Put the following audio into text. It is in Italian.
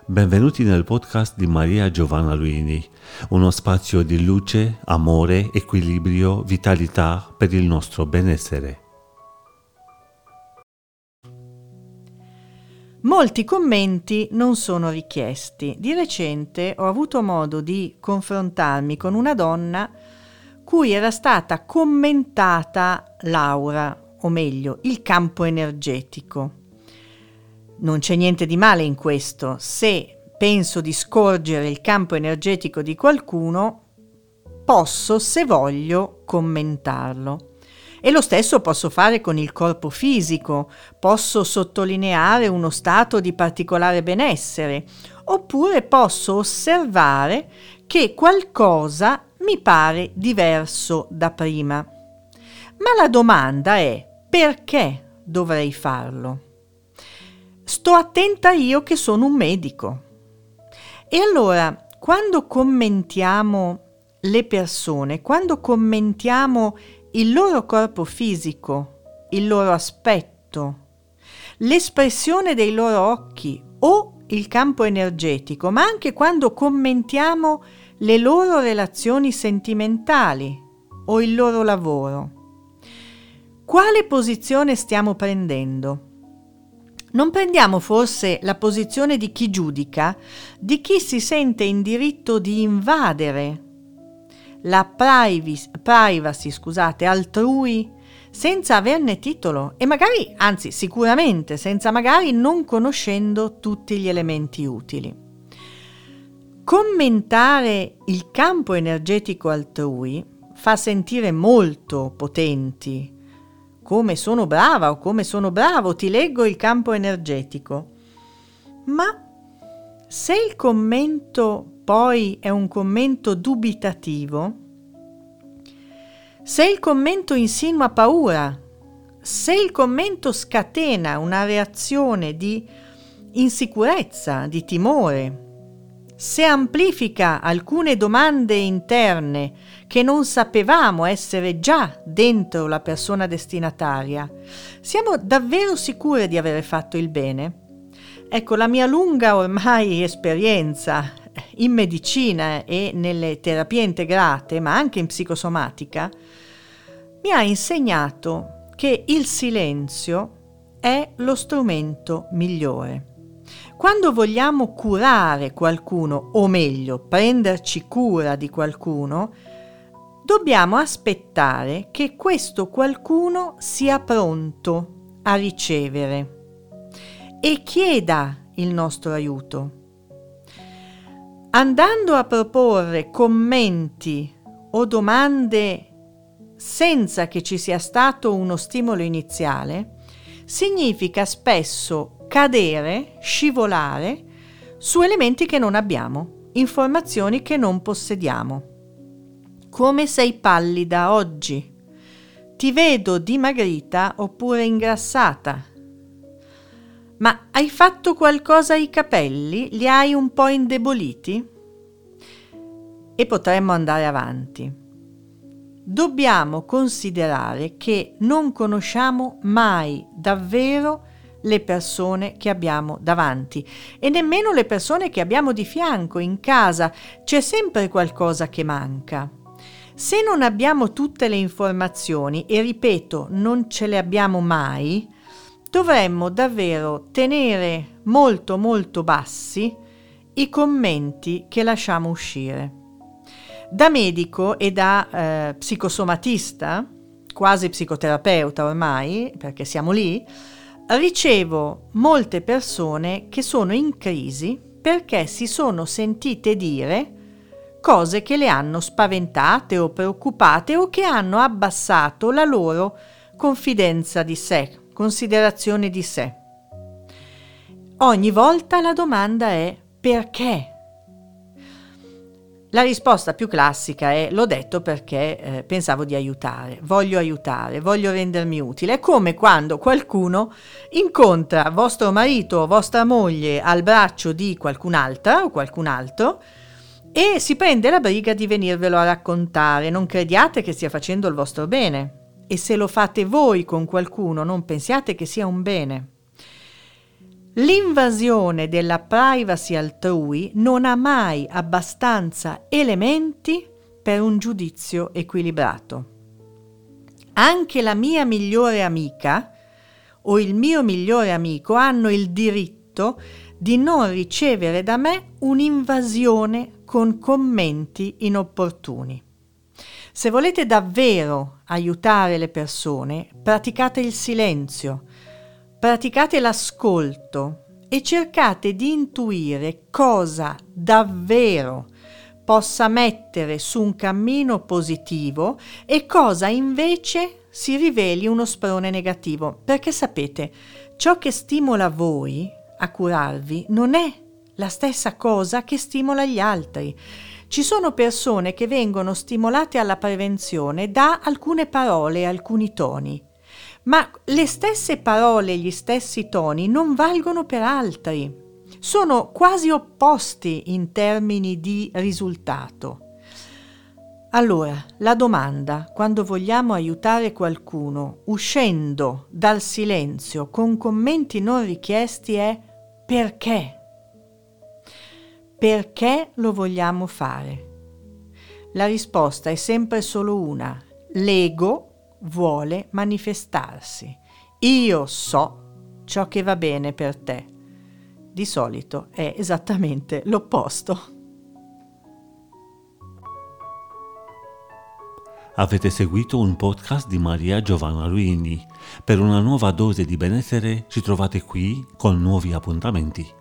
Benvenuti nel podcast di Maria Giovanna Luini, uno spazio di luce, amore, equilibrio, vitalità per il nostro benessere. Molti commenti non sono richiesti. Di recente ho avuto modo di confrontarmi con una donna cui era stata commentata l'aura, o meglio, il campo energetico. Non c'è niente di male in questo. Se penso di scorgere il campo energetico di qualcuno, posso, se voglio, commentarlo. E lo stesso posso fare con il corpo fisico, posso sottolineare uno stato di particolare benessere, oppure posso osservare che qualcosa mi pare diverso da prima. Ma la domanda è: perché dovrei farlo? Sto attenta io che sono un medico. E allora, quando commentiamo le persone, quando commentiamo il loro corpo fisico, il loro aspetto, l'espressione dei loro occhi o il campo energetico, ma anche quando commentiamo le loro relazioni sentimentali o il loro lavoro, quale posizione stiamo prendendo? Non prendiamo forse la posizione di chi giudica, di chi si sente in diritto di invadere la privacy altrui senza averne titolo e magari, anzi sicuramente senza magari non conoscendo tutti gli elementi utili. Commentare il campo energetico altrui fa sentire molto potenti. Come sono brava o come sono bravo, ti leggo il campo energetico. Ma se il commento poi è un commento dubitativo, se il commento insinua paura, se il commento scatena una reazione di insicurezza, di timore, se amplifica alcune domande interne che non sapevamo essere già dentro la persona destinataria, siamo davvero sicure di avere fatto il bene? Ecco, la mia lunga ormai esperienza in medicina e nelle terapie integrate, ma anche in psicosomatica, mi ha insegnato che il silenzio è lo strumento migliore. Quando vogliamo curare qualcuno, o meglio, prenderci cura di qualcuno, dobbiamo aspettare che questo qualcuno sia pronto a ricevere e chieda il nostro aiuto. Andando a proporre commenti o domande senza che ci sia stato uno stimolo iniziale, significa spesso cadere, scivolare su elementi che non abbiamo, informazioni che non possediamo. Come sei pallida oggi? Ti vedo dimagrita oppure ingrassata? Ma hai fatto qualcosa ai capelli? Li hai un po' indeboliti? E potremmo andare avanti. Dobbiamo considerare che non conosciamo mai davvero le persone che abbiamo davanti e nemmeno le persone che abbiamo di fianco in casa. C'è sempre qualcosa che manca. Se non abbiamo tutte le informazioni, e ripeto, non ce le abbiamo mai, dovremmo davvero tenere molto molto bassi i commenti che lasciamo uscire. Da medico e da psicosomatista, quasi psicoterapeuta ormai, perché siamo lì, ricevo molte persone che sono in crisi perché si sono sentite dire cose che le hanno spaventate o preoccupate o che hanno abbassato la loro confidenza di sé, considerazione di sé. Ogni volta la domanda è: perché? La risposta più classica è: l'ho detto perché pensavo di aiutare, voglio rendermi utile. È come quando qualcuno incontra vostro marito o vostra moglie al braccio di qualcun'altra o qualcun altro e si prende la briga di venirvelo a raccontare. Non crediate che stia facendo il vostro bene, e se lo fate voi con qualcuno non pensiate che sia un bene. L'invasione della privacy altrui non ha mai abbastanza elementi per un giudizio equilibrato. Anche la mia migliore amica o il mio migliore amico hanno il diritto di non ricevere da me un'invasione con commenti inopportuni. Se volete davvero aiutare le persone, praticate il silenzio, praticate l'ascolto e cercate di intuire cosa davvero possa mettere su un cammino positivo e cosa invece si riveli uno sprone negativo. Perché sapete, ciò che stimola voi a curarvi non è la stessa cosa che stimola gli altri. Ci sono persone che vengono stimolate alla prevenzione da alcune parole e alcuni toni, ma le stesse parole e gli stessi toni non valgono per altri. Sono quasi opposti in termini di risultato. Allora, la domanda, quando vogliamo aiutare qualcuno uscendo dal silenzio con commenti non richiesti, è perché? Perché lo vogliamo fare? La risposta è sempre solo una: l'ego vuole manifestarsi. Io so ciò che va bene per te. Di solito è esattamente l'opposto. Avete seguito un podcast di Maria Giovanna Luini. Per una nuova dose di benessere ci trovate qui con nuovi appuntamenti.